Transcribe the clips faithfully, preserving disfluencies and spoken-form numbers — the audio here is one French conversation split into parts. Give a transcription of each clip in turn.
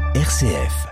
R C F.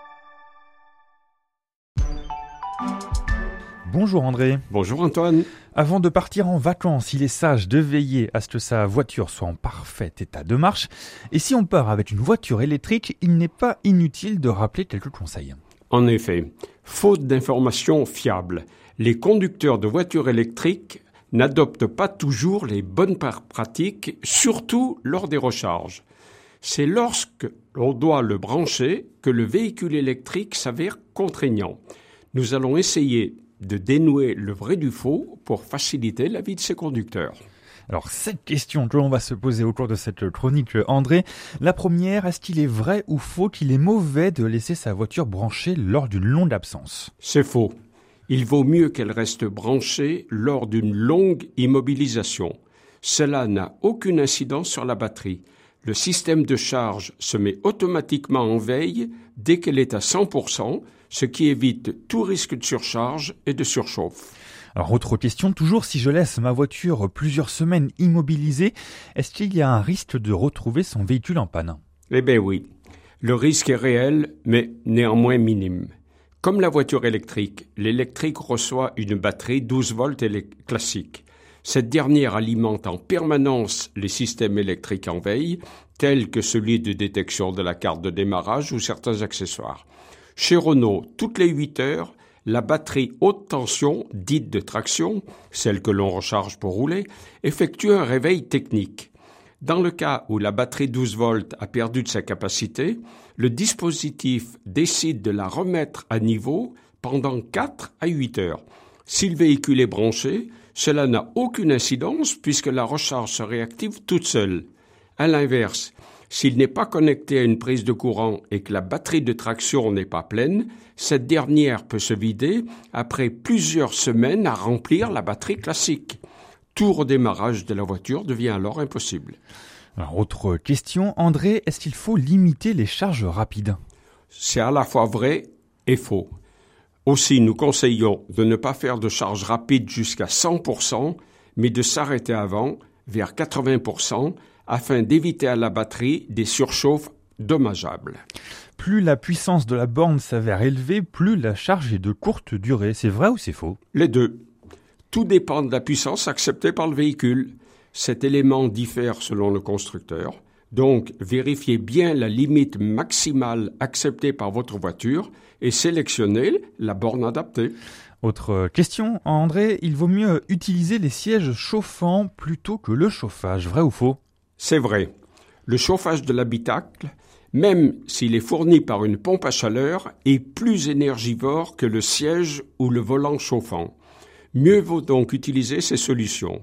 Bonjour André. Bonjour Antoine. Avant de partir en vacances, il est sage de veiller à ce que sa voiture soit en parfait état de marche. Et si on part avec une voiture électrique, il n'est pas inutile de rappeler quelques conseils. En effet, faute d'informations fiables, les conducteurs de voitures électriques n'adoptent pas toujours les bonnes pratiques, surtout lors des recharges. C'est lorsque l'on doit le brancher que le véhicule électrique s'avère contraignant. Nous allons essayer de dénouer le vrai du faux pour faciliter la vie de ses conducteurs. Alors, cette question que l'on va se poser au cours de cette chronique, André. La première, est-ce qu'il est vrai ou faux qu'il est mauvais de laisser sa voiture branchée lors d'une longue absence ? C'est faux. Il vaut mieux qu'elle reste branchée lors d'une longue immobilisation. Cela n'a aucune incidence sur la batterie. Le système de charge se met automatiquement en veille dès qu'elle est à cent pour cent, ce qui évite tout risque de surcharge et de surchauffe. Alors, autre question, toujours si je laisse ma voiture plusieurs semaines immobilisée, est-ce qu'il y a un risque de retrouver son véhicule en panne ? Eh bien oui, le risque est réel, mais néanmoins minime. Comme la voiture électrique, l'électrique reçoit une batterie douze volts classique. Cette dernière alimente en permanence les systèmes électriques en veille, tels que celui de détection de la carte de démarrage ou certains accessoires. Chez Renault, toutes les huit heures, la batterie haute tension, dite de traction, celle que l'on recharge pour rouler, effectue un réveil technique. Dans le cas où la batterie douze volts a perdu de sa capacité, le dispositif décide de la remettre à niveau pendant quatre à huit heures. Si le véhicule est branché, cela n'a aucune incidence puisque la recharge se réactive toute seule. À l'inverse, s'il n'est pas connecté à une prise de courant et que la batterie de traction n'est pas pleine, cette dernière peut se vider après plusieurs semaines à remplir la batterie classique. Tout redémarrage de la voiture devient alors impossible. Alors, autre question, André, est-ce qu'il faut limiter les charges rapides ? C'est à la fois vrai et faux. Aussi, nous conseillons de ne pas faire de charge rapide jusqu'à cent pour cent, mais de s'arrêter avant, vers quatre-vingts pour cent, afin d'éviter à la batterie des surchauffes dommageables. Plus la puissance de la borne s'avère élevée, plus la charge est de courte durée. C'est vrai ou c'est faux ? Les deux. Tout dépend de la puissance acceptée par le véhicule. Cet élément diffère selon le constructeur. Donc, vérifiez bien la limite maximale acceptée par votre voiture et sélectionnez la borne adaptée. Autre question, André, il vaut mieux utiliser les sièges chauffants plutôt que le chauffage, vrai ou faux ? C'est vrai. Le chauffage de l'habitacle, même s'il est fourni par une pompe à chaleur, est plus énergivore que le siège ou le volant chauffant. Mieux vaut donc utiliser ces solutions.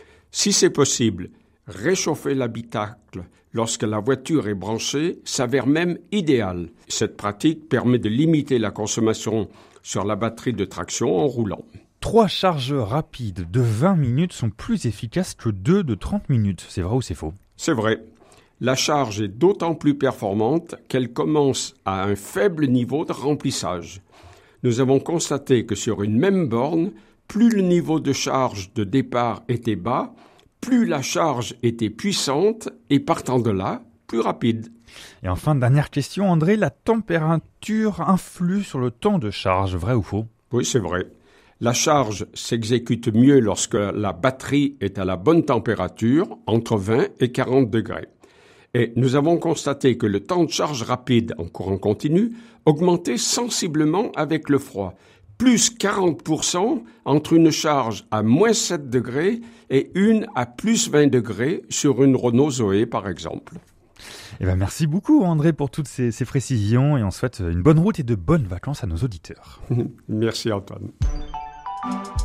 Si c'est possible, réchauffer l'habitacle lorsque la voiture est branchée s'avère même idéal. Cette pratique permet de limiter la consommation sur la batterie de traction en roulant. Trois charges rapides de vingt minutes sont plus efficaces que deux de trente minutes. C'est vrai ou c'est faux ? C'est vrai. La charge est d'autant plus performante qu'elle commence à un faible niveau de remplissage. Nous avons constaté que sur une même borne, plus le niveau de charge de départ était bas, plus la charge était puissante et partant de là, plus rapide. Et enfin, dernière question, André, la température influe sur le temps de charge, vrai ou faux ? Oui, c'est vrai. La charge s'exécute mieux lorsque la batterie est à la bonne température, entre vingt et quarante degrés. Et nous avons constaté que le temps de charge rapide en courant continu augmentait sensiblement avec le froid, plus quarante pour cent entre une charge à moins sept degrés et une à plus vingt degrés sur une Renault Zoé par exemple. Eh ben merci beaucoup André pour toutes ces, ces précisions et on souhaite une bonne route et de bonnes vacances à nos auditeurs. Merci Antoine.